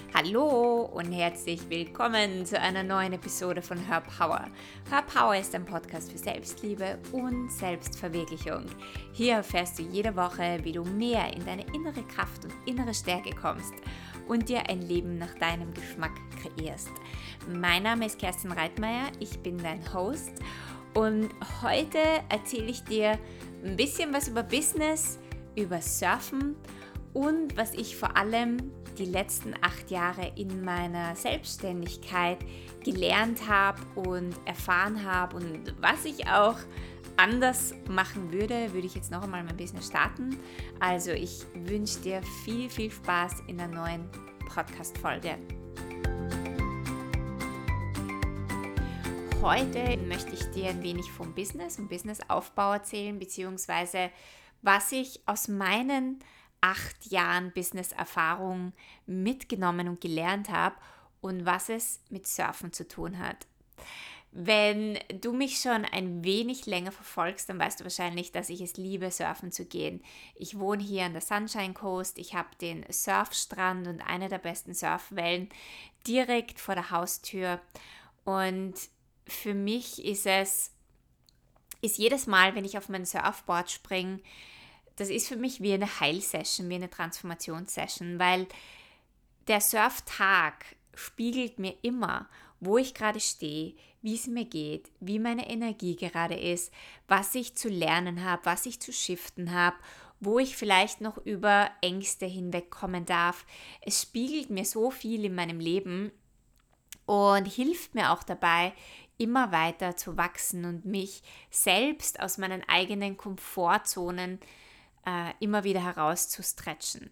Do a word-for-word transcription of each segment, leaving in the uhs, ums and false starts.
Hallo und herzlich willkommen zu einer neuen Episode von Her Power. Her Power ist ein Podcast für Selbstliebe und Selbstverwirklichung. Hier erfährst du jede Woche, wie du mehr in deine innere Kraft und innere Stärke kommst und dir ein Leben nach deinem Geschmack kreierst. Mein Name ist Kerstin Reitmeier, ich bin dein Host und heute erzähle ich dir ein bisschen was über Business, über Surfen und was ich vor allem die letzten acht Jahre in meiner Selbstständigkeit gelernt habe und erfahren habe und was ich auch anders machen würde, würde ich jetzt noch einmal mein Business starten. Also ich wünsche dir viel, viel Spaß in der neuen Podcast-Folge. Heute möchte ich dir ein wenig vom Business und Businessaufbau erzählen, beziehungsweise was ich aus meinen acht Jahren Business-Erfahrung mitgenommen und gelernt habe und was es mit Surfen zu tun hat. Wenn du mich schon ein wenig länger verfolgst, dann weißt du wahrscheinlich, dass ich es liebe, surfen zu gehen. Ich wohne hier an der Sunshine Coast, ich habe den Surfstrand und eine der besten Surfwellen direkt vor der Haustür und für mich ist es, ist jedes Mal, wenn ich auf mein Surfboard springe, das ist für mich wie eine Heilsession, wie eine Transformationssession, weil der Surftag spiegelt mir immer, wo ich gerade stehe, wie es mir geht, wie meine Energie gerade ist, was ich zu lernen habe, was ich zu shiften habe, wo ich vielleicht noch über Ängste hinwegkommen darf. Es spiegelt mir so viel in meinem Leben und hilft mir auch dabei, immer weiter zu wachsen und mich selbst aus meinen eigenen Komfortzonen äh, immer wieder herauszustretchen.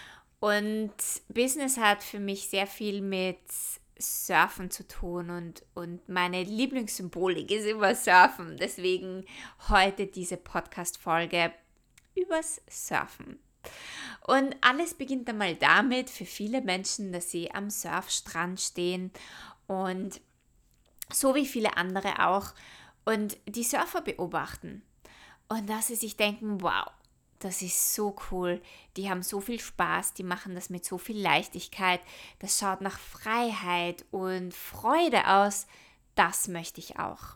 Und Business hat für mich sehr viel mit Surfen zu tun und, und meine Lieblingssymbolik ist immer Surfen. Deswegen heute diese Podcast-Folge übers Surfen. Und alles beginnt einmal damit für viele Menschen, dass sie am Surfstrand stehen und so wie viele andere auch und die Surfer beobachten und dass sie sich denken, wow, das ist so cool, die haben so viel Spaß, die machen das mit so viel Leichtigkeit, das schaut nach Freiheit und Freude aus, das möchte ich auch.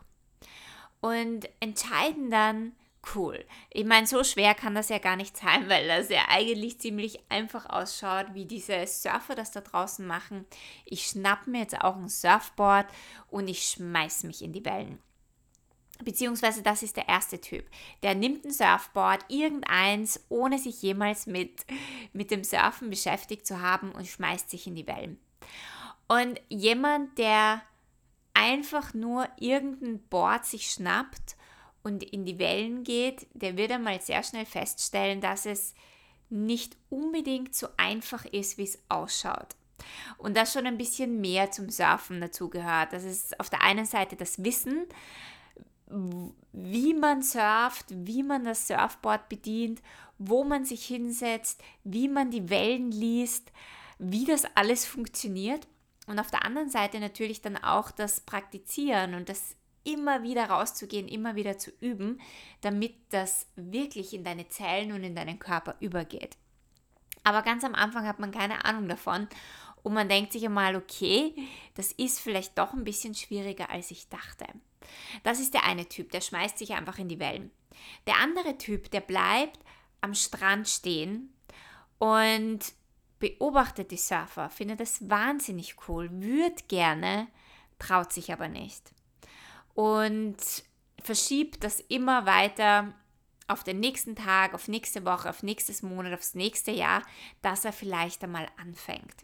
Und entscheiden dann, cool. Ich meine, so schwer kann das ja gar nicht sein, weil das ja eigentlich ziemlich einfach ausschaut, wie diese Surfer das da draußen machen. Ich schnapp mir jetzt auch ein Surfboard und ich schmeiß mich in die Wellen. Beziehungsweise das ist der erste Typ. Der nimmt ein Surfboard, irgendeins, ohne sich jemals mit, mit dem Surfen beschäftigt zu haben und schmeißt sich in die Wellen. Und jemand, der einfach nur irgendein Board sich schnappt und in die Wellen geht, der wird einmal sehr schnell feststellen, dass es nicht unbedingt so einfach ist, wie es ausschaut. Und dass schon ein bisschen mehr zum Surfen dazugehört. Das ist auf der einen Seite das Wissen, wie man surft, wie man das Surfboard bedient, wo man sich hinsetzt, wie man die Wellen liest, wie das alles funktioniert. Und auf der anderen Seite natürlich dann auch das Praktizieren und das immer wieder rauszugehen, immer wieder zu üben, damit das wirklich in deine Zellen und in deinen Körper übergeht. Aber ganz am Anfang hat man keine Ahnung davon und man denkt sich einmal, okay, das ist vielleicht doch ein bisschen schwieriger, als ich dachte. Das ist der eine Typ, der schmeißt sich einfach in die Wellen. Der andere Typ, der bleibt am Strand stehen und beobachtet die Surfer, findet das wahnsinnig cool, würde gerne, traut sich aber nicht. Und verschiebt das immer weiter auf den nächsten Tag, auf nächste Woche, auf nächstes Monat, aufs nächste Jahr, dass er vielleicht einmal anfängt.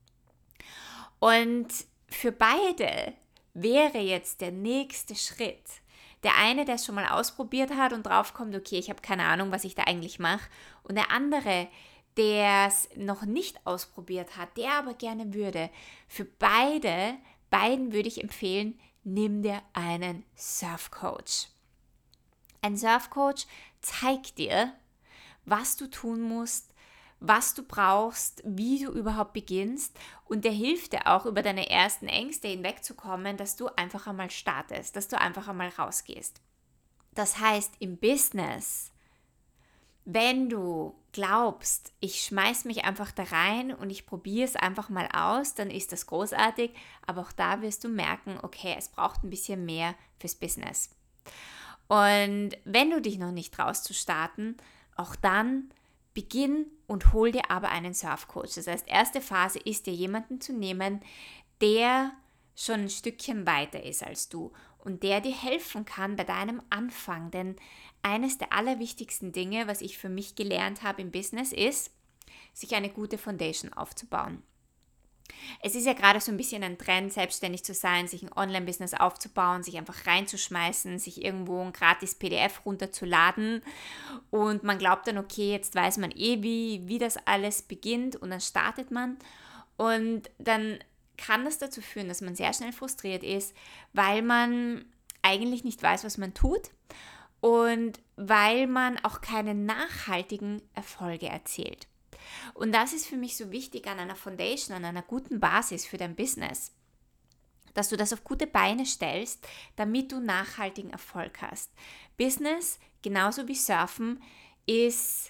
Und für beide wäre jetzt der nächste Schritt, der eine, der es schon mal ausprobiert hat und draufkommt, okay, ich habe keine Ahnung, was ich da eigentlich mache, und der andere, der es noch nicht ausprobiert hat, der aber gerne würde, für beide, beiden würde ich empfehlen, nimm dir einen Surfcoach. Ein Surfcoach zeigt dir, was du tun musst, was du brauchst, wie du überhaupt beginnst, und der hilft dir auch, über deine ersten Ängste hinwegzukommen, dass du einfach einmal startest, dass du einfach einmal rausgehst. Das heißt, im Business, wenn du glaubst, ich schmeiß mich einfach da rein und ich probiere es einfach mal aus, dann ist das großartig. Aber auch da wirst du merken, okay, es braucht ein bisschen mehr fürs Business. Und wenn du dich noch nicht traust zu starten, auch dann beginn und hol dir aber einen Surfcoach. Das heißt, erste Phase ist, dir jemanden zu nehmen, der schon ein Stückchen weiter ist als du und der dir helfen kann bei deinem Anfang. Denn eines der allerwichtigsten Dinge, was ich für mich gelernt habe im Business, ist, sich eine gute Foundation aufzubauen. Es ist ja gerade so ein bisschen ein Trend, selbstständig zu sein, sich ein Online-Business aufzubauen, sich einfach reinzuschmeißen, sich irgendwo ein gratis P D F runterzuladen und man glaubt dann, okay, jetzt weiß man eh, wie, wie das alles beginnt und dann startet man und dann kann das dazu führen, dass man sehr schnell frustriert ist, weil man eigentlich nicht weiß, was man tut und weil man auch keine nachhaltigen Erfolge erzielt. Und das ist für mich so wichtig an einer Foundation, an einer guten Basis für dein Business, dass du das auf gute Beine stellst, damit du nachhaltigen Erfolg hast. Business, genauso wie Surfen, ist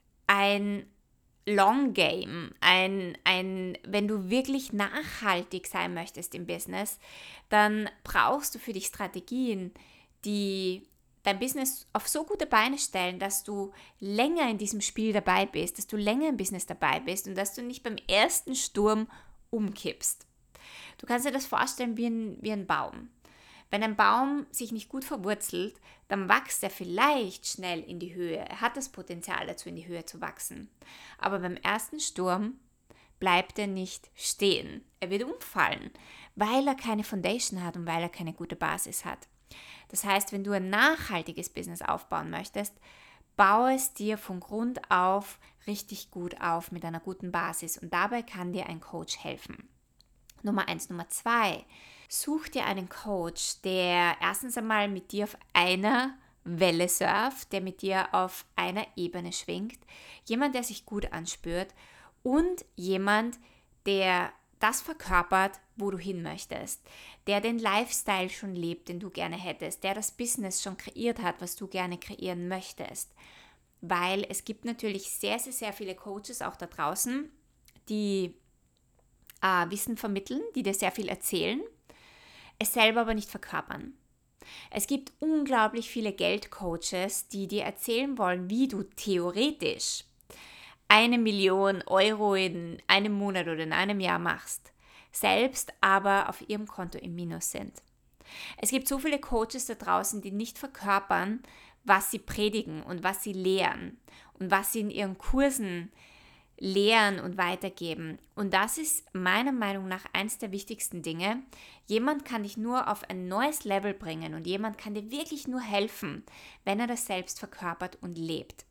ein Long Game, ein, ein, wenn du wirklich nachhaltig sein möchtest im Business, dann brauchst du für dich Strategien, die dein Business auf so gute Beine stellen, dass du länger in diesem Spiel dabei bist, dass du länger im Business dabei bist und dass du nicht beim ersten Sturm umkippst. Du kannst dir das vorstellen wie ein, wie ein Baum. Wenn ein Baum sich nicht gut verwurzelt, dann wächst er vielleicht schnell in die Höhe. Er hat das Potenzial dazu, in die Höhe zu wachsen. Aber beim ersten Sturm bleibt er nicht stehen. Er wird umfallen, weil er keine Foundation hat und weil er keine gute Basis hat. Das heißt, wenn du ein nachhaltiges Business aufbauen möchtest, baue es dir von Grund auf richtig gut auf mit einer guten Basis und dabei kann dir ein Coach helfen. Nummer eins. Nummer zwei. Such dir einen Coach, der erstens einmal mit dir auf einer Welle surft, der mit dir auf einer Ebene schwingt, jemand, der sich gut anspürt und jemand, der das verkörpert, wo du hin möchtest, der den Lifestyle schon lebt, den du gerne hättest, der das Business schon kreiert hat, was du gerne kreieren möchtest. Weil es gibt natürlich sehr, sehr, sehr viele Coaches auch da draußen, die äh, Wissen vermitteln, die dir sehr viel erzählen, es selber aber nicht verkörpern. Es gibt unglaublich viele Geldcoaches, die dir erzählen wollen, wie du theoretisch eine Million Euro in einem Monat oder in einem Jahr machst, selbst aber auf ihrem Konto im Minus sind. Es gibt so viele Coaches da draußen, die nicht verkörpern, was sie predigen und was sie lehren und was sie in ihren Kursen lehren und weitergeben. Und das ist meiner Meinung nach eins der wichtigsten Dinge. Jemand kann dich nur auf ein neues Level bringen und jemand kann dir wirklich nur helfen, wenn er das selbst verkörpert und lebt.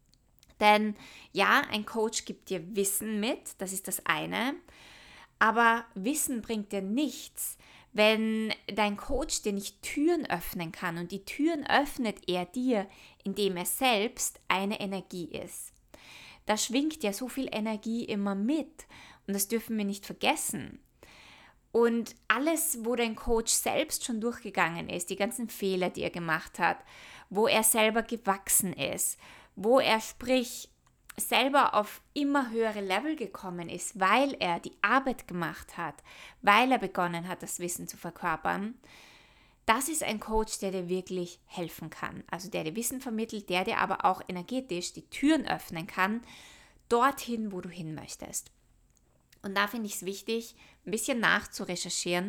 Denn ja, ein Coach gibt dir Wissen mit, das ist das eine, aber Wissen bringt dir nichts, wenn dein Coach dir nicht Türen öffnen kann und die Türen öffnet er dir, indem er selbst eine Energie ist. Da schwingt ja so viel Energie immer mit und das dürfen wir nicht vergessen. Und alles, wo dein Coach selbst schon durchgegangen ist, die ganzen Fehler, die er gemacht hat, wo er selber gewachsen ist, wo er sprich selber auf immer höhere Level gekommen ist, weil er die Arbeit gemacht hat, weil er begonnen hat, das Wissen zu verkörpern, das ist ein Coach, der dir wirklich helfen kann. Also der dir Wissen vermittelt, der dir aber auch energetisch die Türen öffnen kann, dorthin, wo du hin möchtest. Und da finde ich es wichtig, ein bisschen nachzurecherchieren.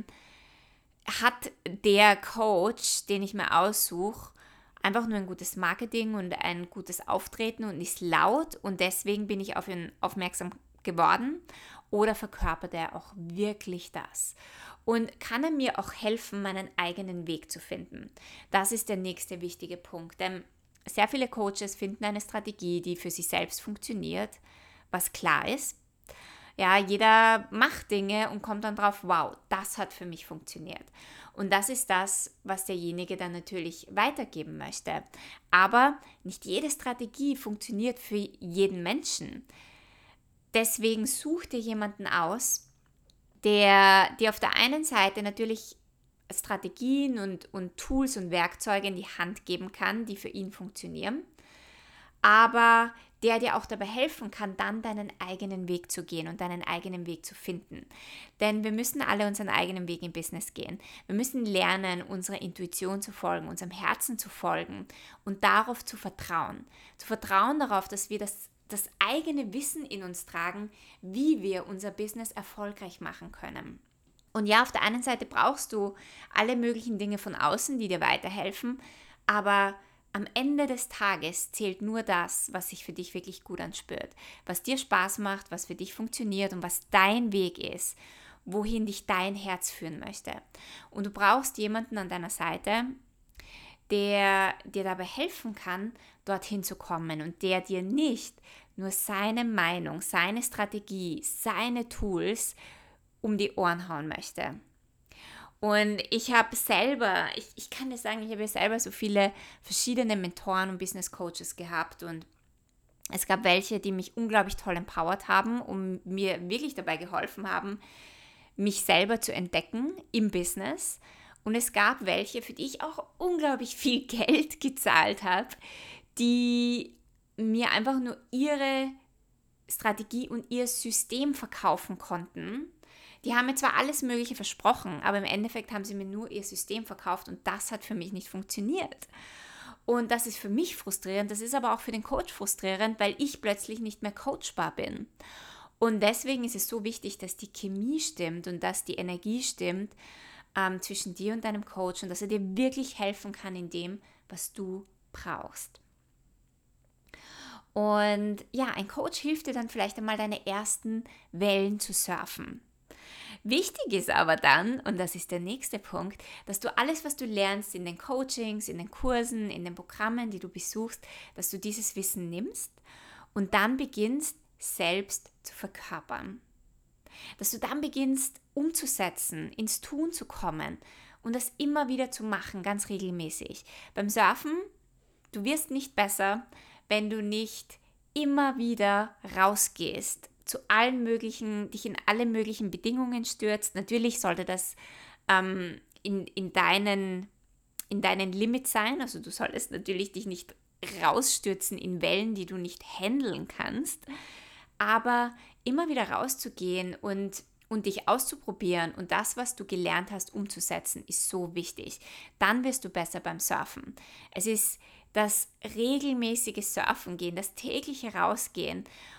Hat der Coach, den ich mir aussuche, einfach nur ein gutes Marketing und ein gutes Auftreten und ist laut und deswegen bin ich auf ihn aufmerksam geworden? Oder verkörpert er auch wirklich das? Und kann er mir auch helfen, meinen eigenen Weg zu finden? Das ist der nächste wichtige Punkt, denn sehr viele Coaches finden eine Strategie, die für sie selbst funktioniert, was klar ist. Ja, jeder macht Dinge und kommt dann drauf, wow, das hat für mich funktioniert. Und das ist das, was derjenige dann natürlich weitergeben möchte. Aber nicht jede Strategie funktioniert für jeden Menschen. Deswegen such dir jemanden aus, der dir auf der einen Seite natürlich Strategien und, und Tools und Werkzeuge in die Hand geben kann, die für ihn funktionieren, aber der dir auch dabei helfen kann, dann deinen eigenen Weg zu gehen und deinen eigenen Weg zu finden. Denn wir müssen alle unseren eigenen Weg im Business gehen. Wir müssen lernen, unserer Intuition zu folgen, unserem Herzen zu folgen und darauf zu vertrauen. Zu vertrauen darauf, dass wir das, das eigene Wissen in uns tragen, wie wir unser Business erfolgreich machen können. Und ja, auf der einen Seite brauchst du alle möglichen Dinge von außen, die dir weiterhelfen, aber am Ende des Tages zählt nur das, was sich für dich wirklich gut anspürt, was dir Spaß macht, was für dich funktioniert und was dein Weg ist, wohin dich dein Herz führen möchte. Und du brauchst jemanden an deiner Seite, der dir dabei helfen kann, dorthin zu kommen und der dir nicht nur seine Meinung, seine Strategie, seine Tools um die Ohren hauen möchte. Und ich habe selber, ich, ich kann dir sagen, ich habe selber so viele verschiedene Mentoren und Business Coaches gehabt und es gab welche, die mich unglaublich toll empowert haben und mir wirklich dabei geholfen haben, mich selber zu entdecken im Business. Und es gab welche, für die ich auch unglaublich viel Geld gezahlt habe, die mir einfach nur ihre Strategie und ihr System verkaufen konnten. Die haben mir zwar alles Mögliche versprochen, aber im Endeffekt haben sie mir nur ihr System verkauft und das hat für mich nicht funktioniert. Und das ist für mich frustrierend, das ist aber auch für den Coach frustrierend, weil ich plötzlich nicht mehr coachbar bin. Und deswegen ist es so wichtig, dass die Chemie stimmt und dass die Energie stimmt ähm, zwischen dir und deinem Coach und dass er dir wirklich helfen kann in dem, was du brauchst. Und ja, ein Coach hilft dir dann vielleicht einmal, deine ersten Wellen zu surfen. Wichtig ist aber dann, und das ist der nächste Punkt, dass du alles, was du lernst in den Coachings, in den Kursen, in den Programmen, die du besuchst, dass du dieses Wissen nimmst und dann beginnst, selbst zu verkörpern. Dass du dann beginnst, umzusetzen, ins Tun zu kommen und das immer wieder zu machen, ganz regelmäßig. Beim Surfen, du wirst nicht besser, wenn du nicht immer wieder rausgehst, zu allen möglichen, dich in alle möglichen Bedingungen stürzt. Natürlich sollte das ähm, in, in, deinen, in deinen Limits sein. Also du solltest natürlich dich nicht rausstürzen in Wellen, die du nicht handeln kannst. Aber immer wieder rauszugehen und, und dich auszuprobieren und das, was du gelernt hast, umzusetzen, ist so wichtig. Dann wirst du besser beim Surfen. Es ist das regelmäßige Surfen gehen, das tägliche Rausgehen,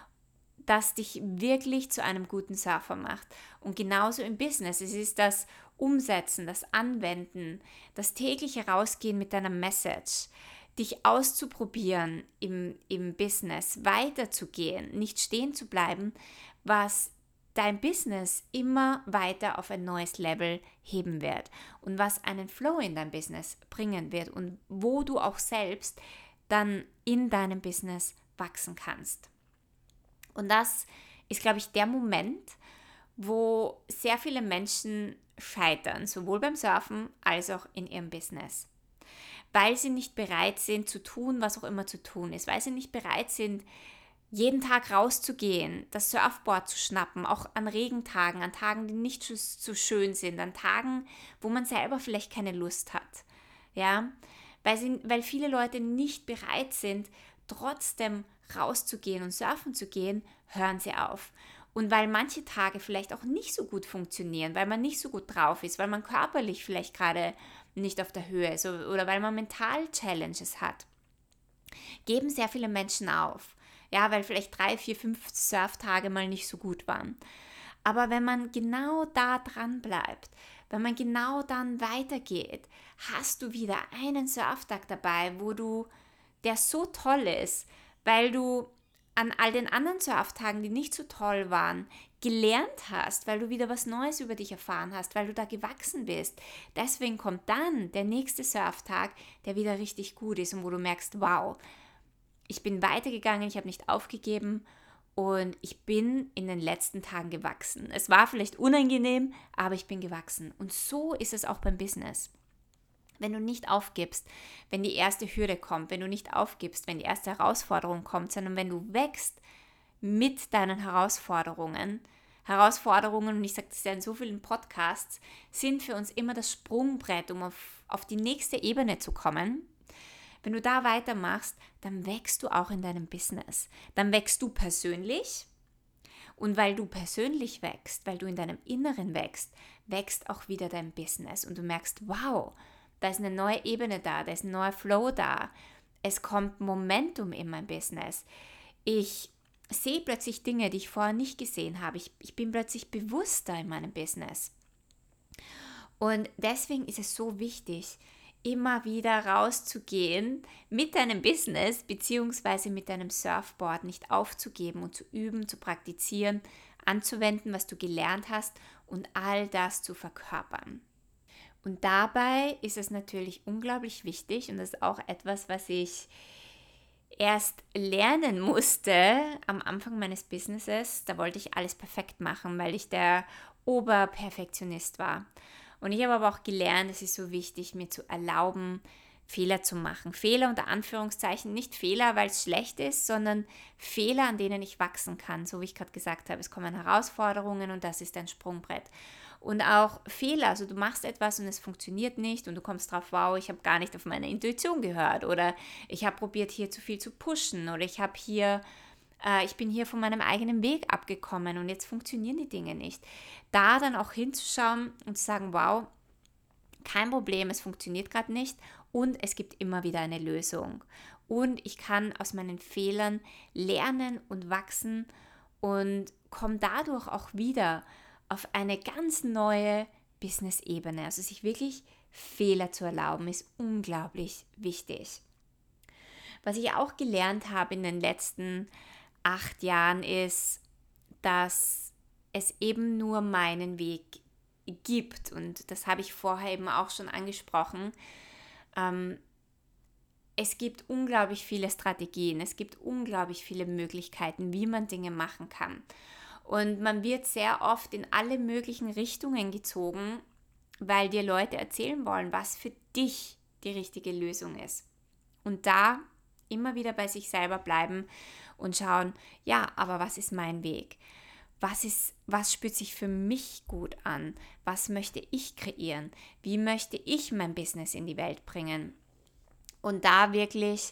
das dich wirklich zu einem guten Surfer macht. Und genauso im Business. Es ist das Umsetzen, das Anwenden, das tägliche Rausgehen mit deiner Message, dich auszuprobieren im, im Business, weiterzugehen, nicht stehen zu bleiben, was dein Business immer weiter auf ein neues Level heben wird und was einen Flow in dein Business bringen wird und wo du auch selbst dann in deinem Business wachsen kannst. Und das ist, glaube ich, der Moment, wo sehr viele Menschen scheitern, sowohl beim Surfen als auch in ihrem Business. Weil sie nicht bereit sind zu tun, was auch immer zu tun ist. Weil sie nicht bereit sind, jeden Tag rauszugehen, das Surfboard zu schnappen, auch an Regentagen, an Tagen, die nicht so schön sind, an Tagen, wo man selber vielleicht keine Lust hat. Ja? Weil, sie, weil viele Leute nicht bereit sind, trotzdem rauszugehen und surfen zu gehen, hören sie auf. Und weil manche Tage vielleicht auch nicht so gut funktionieren, weil man nicht so gut drauf ist, weil man körperlich vielleicht gerade nicht auf der Höhe ist oder weil man mental Challenges hat, geben sehr viele Menschen auf. Ja, weil vielleicht drei, vier, fünf Surftage mal nicht so gut waren. Aber wenn man genau da dran bleibt, wenn man genau dann weitergeht, hast du wieder einen Surftag dabei, wo du, der so toll ist, weil du an all den anderen Surftagen, die nicht so toll waren, gelernt hast, weil du wieder was Neues über dich erfahren hast, weil du da gewachsen bist. Deswegen kommt dann der nächste Surftag, der wieder richtig gut ist und wo du merkst, wow, ich bin weitergegangen, ich habe nicht aufgegeben und ich bin in den letzten Tagen gewachsen. Es war vielleicht unangenehm, aber ich bin gewachsen. Und so ist es auch beim Business. Wenn du nicht aufgibst, wenn die erste Hürde kommt, wenn du nicht aufgibst, wenn die erste Herausforderung kommt, sondern wenn du wächst mit deinen Herausforderungen. Herausforderungen, und ich sage das ja in so vielen Podcasts, sind für uns immer das Sprungbrett, um auf, auf die nächste Ebene zu kommen. wenn du da weitermachst, dann wächst du auch in deinem Business. Dann wächst du persönlich. Und weil du persönlich wächst, weil du in deinem Inneren wächst, wächst auch wieder dein Business. Und du merkst, wow, da ist eine neue Ebene da, da ist ein neuer Flow da. Es kommt Momentum in mein Business. Ich sehe plötzlich Dinge, die ich vorher nicht gesehen habe. Ich, ich bin plötzlich bewusster in meinem Business. Und deswegen ist es so wichtig, immer wieder rauszugehen mit deinem Business beziehungsweise mit deinem Surfboard, nicht aufzugeben und zu üben, zu praktizieren, anzuwenden, was du gelernt hast und all das zu verkörpern. Und dabei ist es natürlich unglaublich wichtig und das ist auch etwas, was ich erst lernen musste am Anfang meines Businesses. Da wollte ich alles perfekt machen, weil ich der Oberperfektionist war. Und ich habe aber auch gelernt, es ist so wichtig, mir zu erlauben, Fehler zu machen. Fehler unter Anführungszeichen, nicht Fehler, weil es schlecht ist, sondern Fehler, an denen ich wachsen kann. So wie ich gerade gesagt habe, es kommen Herausforderungen und das ist ein Sprungbrett. Und auch Fehler, also du machst etwas und es funktioniert nicht und du kommst drauf, wow, ich habe gar nicht auf meine Intuition gehört oder ich habe probiert, hier zu viel zu pushen oder ich habe hier ich bin hier von meinem eigenen Weg abgekommen und jetzt funktionieren die Dinge nicht. Da dann auch hinzuschauen und zu sagen, wow, kein Problem, es funktioniert gerade nicht und es gibt immer wieder eine Lösung. Und ich kann aus meinen Fehlern lernen und wachsen und komme dadurch auch wieder auf eine ganz neue Business-Ebene. Also sich wirklich Fehler zu erlauben, ist unglaublich wichtig. Was ich auch gelernt habe in den letzten acht Jahren ist, dass es eben nur meinen Weg gibt und das habe ich vorher eben auch schon angesprochen. Ähm, es gibt unglaublich viele Strategien, es gibt unglaublich viele Möglichkeiten, wie man Dinge machen kann und man wird sehr oft in alle möglichen Richtungen gezogen, weil dir Leute erzählen wollen, was für dich die richtige Lösung ist und da immer wieder bei sich selber bleiben und schauen, ja, aber was ist mein Weg? Was ist, was spürt sich für mich gut an? Was möchte ich kreieren? Wie möchte ich mein Business in die Welt bringen? Und da wirklich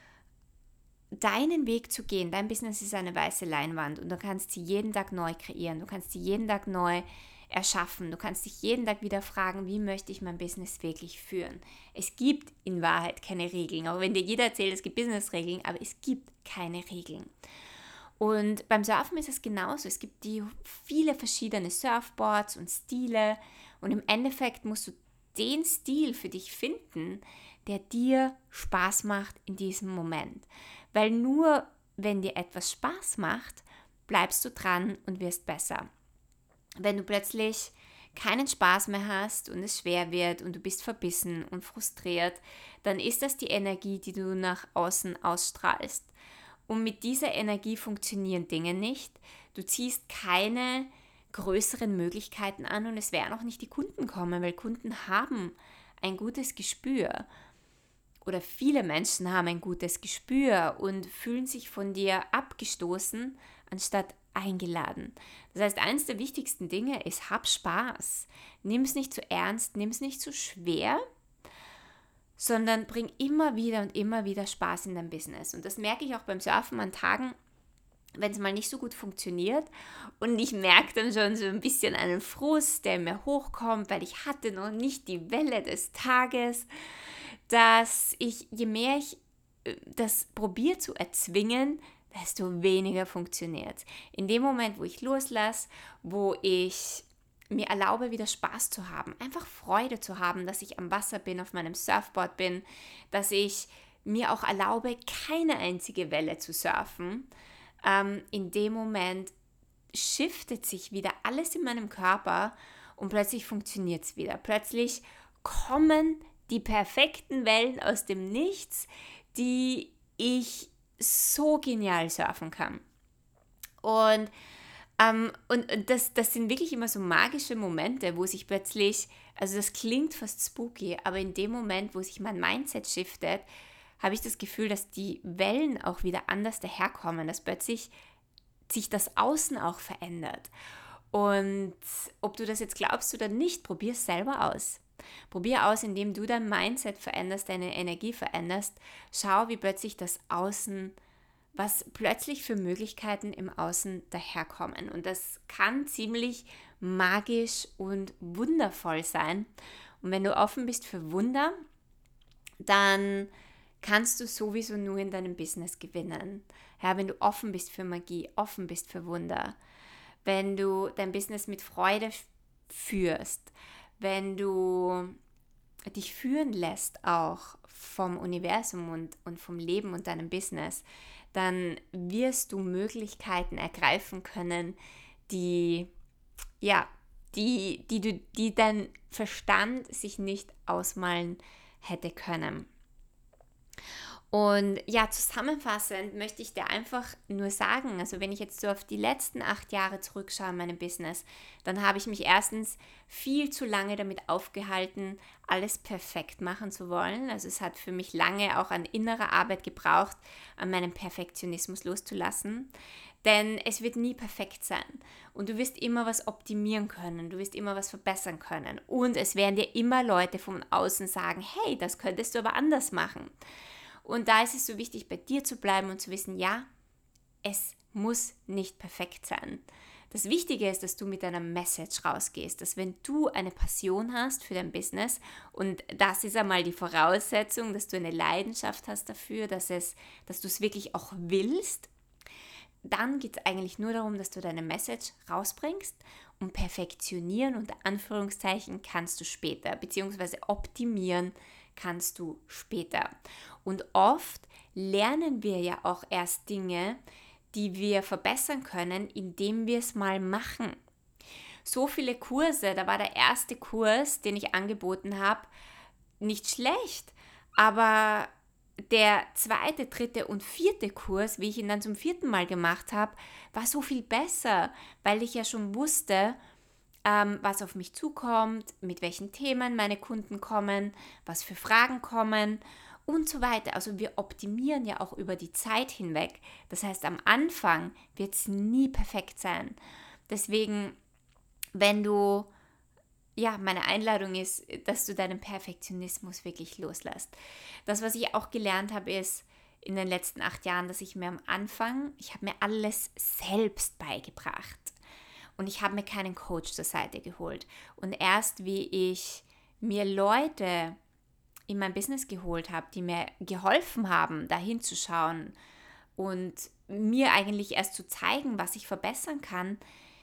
deinen Weg zu gehen. Dein Business ist eine weiße Leinwand und du kannst sie jeden Tag neu kreieren. Du kannst sie jeden Tag neu erschaffen. Du kannst dich jeden Tag wieder fragen, wie möchte ich mein Business wirklich führen? Es gibt in Wahrheit keine Regeln, auch wenn dir jeder erzählt, es gibt Business-Regeln, aber es gibt keine Regeln. Und beim Surfen ist es genauso. Es gibt die viele verschiedene Surfboards und Stile und im Endeffekt musst du den Stil für dich finden, der dir Spaß macht in diesem Moment. Weil nur wenn dir etwas Spaß macht, bleibst du dran und wirst besser. Wenn du plötzlich keinen Spaß mehr hast und es schwer wird und du bist verbissen und frustriert, dann ist das die Energie, die du nach außen ausstrahlst. Und mit dieser Energie funktionieren Dinge nicht. Du ziehst keine größeren Möglichkeiten an und es werden auch nicht die Kunden kommen, weil Kunden haben ein gutes Gespür. Oder viele Menschen haben ein gutes Gespür und fühlen sich von dir abgestoßen, anstatt eingeladen. Das heißt, eines der wichtigsten Dinge ist, hab Spaß. Nimm es nicht zu ernst, nimm es nicht zu schwer, sondern bring immer wieder und immer wieder Spaß in dein Business. Und das merke ich auch beim Surfen an Tagen, wenn es mal nicht so gut funktioniert und ich merke dann schon so ein bisschen einen Frust, der mir hochkommt, weil ich hatte noch nicht die Welle des Tages, dass ich, je mehr ich das probiere zu erzwingen, desto weniger funktioniert. In dem Moment, wo ich loslasse, wo ich mir erlaube, wieder Spaß zu haben, einfach Freude zu haben, dass ich am Wasser bin, auf meinem Surfboard bin, dass ich mir auch erlaube, keine einzige Welle zu surfen, ähm, in dem Moment shiftet sich wieder alles in meinem Körper und plötzlich funktioniert es wieder. Plötzlich kommen die perfekten Wellen aus dem Nichts, die ich so genial surfen kann. Und, ähm, und, und das, das sind wirklich immer so magische Momente, wo sich plötzlich, also das klingt fast spooky, aber in dem Moment, wo sich mein Mindset shiftet, habe ich das Gefühl, dass die Wellen auch wieder anders daherkommen, dass plötzlich sich das Außen auch verändert. Und ob du das jetzt glaubst oder nicht, probier es selber aus. Probier aus, indem du dein Mindset veränderst, deine Energie veränderst. Schau, wie plötzlich das Außen, was plötzlich für Möglichkeiten im Außen daherkommen. Und das kann ziemlich magisch und wundervoll sein. Und wenn du offen bist für Wunder, dann kannst du sowieso nur in deinem Business gewinnen. Ja, wenn du offen bist für Magie, offen bist für Wunder, wenn du dein Business mit Freude führst, wenn du dich führen lässt auch vom Universum und, und vom Leben und deinem Business, dann wirst du Möglichkeiten ergreifen können, die, ja, die, die, du, die dein Verstand sich nicht ausmalen hätte können. Und ja, zusammenfassend möchte ich dir einfach nur sagen, also wenn ich jetzt so auf die letzten acht Jahre zurückschaue in meinem Business, dann habe ich mich erstens viel zu lange damit aufgehalten, alles perfekt machen zu wollen. Also es hat für mich lange auch an innerer Arbeit gebraucht, an meinem Perfektionismus loszulassen. Denn es wird nie perfekt sein und du wirst immer was optimieren können, du wirst immer was verbessern können und es werden dir immer Leute von außen sagen, hey, das könntest du aber anders machen. Und da ist es so wichtig, bei dir zu bleiben und zu wissen, ja, es muss nicht perfekt sein. Das Wichtige ist, dass du mit deiner Message rausgehst, dass wenn du eine Passion hast für dein Business und das ist einmal die Voraussetzung, dass du eine Leidenschaft hast dafür, dass, es, dass du es wirklich auch willst, dann geht es eigentlich nur darum, dass du deine Message rausbringst und perfektionieren, unter Anführungszeichen, kannst du später, beziehungsweise optimieren kannst du später. Und oft lernen wir ja auch erst Dinge, die wir verbessern können, indem wir es mal machen. So viele Kurse, da war der erste Kurs, den ich angeboten habe, nicht schlecht, aber der zweite, dritte und vierte Kurs, wie ich ihn dann zum vierten Mal gemacht habe, war so viel besser, weil ich ja schon wusste, ähm, was auf mich zukommt, mit welchen Themen meine Kunden kommen, was für Fragen kommen und so weiter. Also wir optimieren ja auch über die Zeit hinweg. Das heißt, am Anfang wird es nie perfekt sein. Deswegen, wenn du, ja, meine Einladung ist, dass du deinen Perfektionismus wirklich loslässt. Das, was ich auch gelernt habe, ist in den letzten acht Jahren, dass ich mir am Anfang, ich habe mir alles selbst beigebracht. Und ich habe mir keinen Coach zur Seite geholt. Und erst wie ich mir Leute in mein Business geholt habe, die mir geholfen haben, da hinzuschauen und mir eigentlich erst zu zeigen, was ich verbessern kann,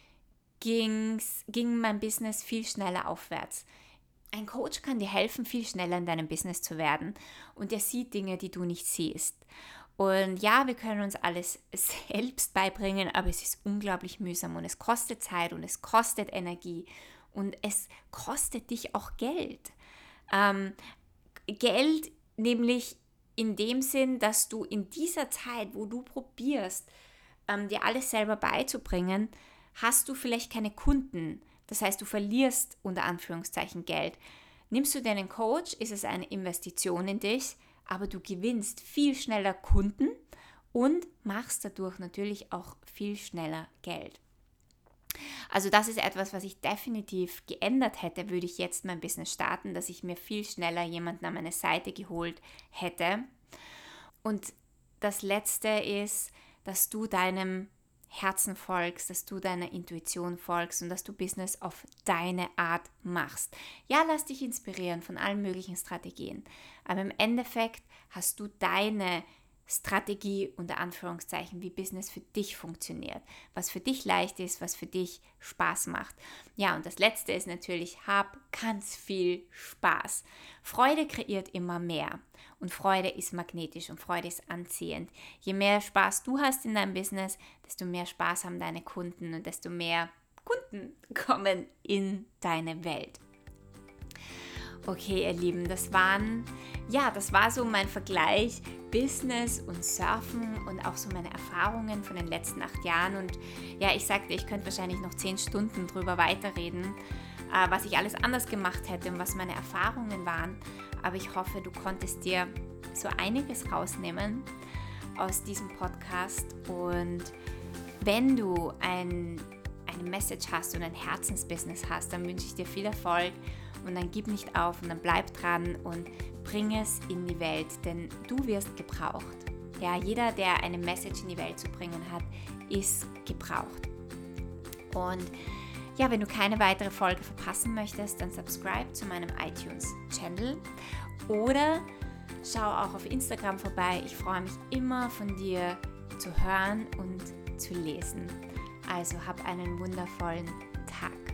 ging's, ging mein Business viel schneller aufwärts. Ein Coach kann dir helfen, viel schneller in deinem Business zu werden. Und er sieht Dinge, die du nicht siehst. Und ja, wir können uns alles selbst beibringen, aber es ist unglaublich mühsam und es kostet Zeit und es kostet Energie und es kostet dich auch Geld. Ähm, Geld nämlich in dem Sinn, dass du in dieser Zeit, wo du probierst, ähm, dir alles selber beizubringen, hast du vielleicht keine Kunden. Das heißt, du verlierst unter Anführungszeichen Geld. Nimmst du dir einen Coach, ist es eine Investition in dich, aber du gewinnst viel schneller Kunden und machst dadurch natürlich auch viel schneller Geld. Also das ist etwas, was ich definitiv geändert hätte, würde ich jetzt mein Business starten, dass ich mir viel schneller jemanden an meine Seite geholt hätte. Und das Letzte ist, dass du deinem Herzen folgst, dass du deiner Intuition folgst und dass du Business auf deine Art machst. Ja, lass dich inspirieren von allen möglichen Strategien, aber im Endeffekt hast du deine Strategie unter Anführungszeichen, wie Business für dich funktioniert, was für dich leicht ist, was für dich Spaß macht. Ja, und das Letzte ist natürlich, hab ganz viel Spaß. Freude kreiert immer mehr und Freude ist magnetisch und Freude ist anziehend. Je mehr Spaß du hast in deinem Business, desto mehr Spaß haben deine Kunden und desto mehr Kunden kommen in deine Welt. Okay, ihr Lieben, das waren, ja, das war so mein Vergleich Business und Surfen und auch so meine Erfahrungen von den letzten acht Jahren. Und ja, ich sagte, ich könnte wahrscheinlich noch zehn Stunden drüber weiterreden, äh, was ich alles anders gemacht hätte und was meine Erfahrungen waren. Aber ich hoffe, du konntest dir so einiges rausnehmen aus diesem Podcast. Und wenn du ein ein eine Message hast und ein Herzensbusiness hast, dann wünsche ich dir viel Erfolg und dann gib nicht auf und dann bleib dran und bring es in die Welt, denn du wirst gebraucht. Ja, jeder, der eine Message in die Welt zu bringen hat, ist gebraucht. Und ja, wenn du keine weitere Folge verpassen möchtest, dann subscribe zu meinem iTunes-Channel oder schau auch auf Instagram vorbei. Ich freue mich immer von dir zu hören und zu lesen. Also hab einen wundervollen Tag.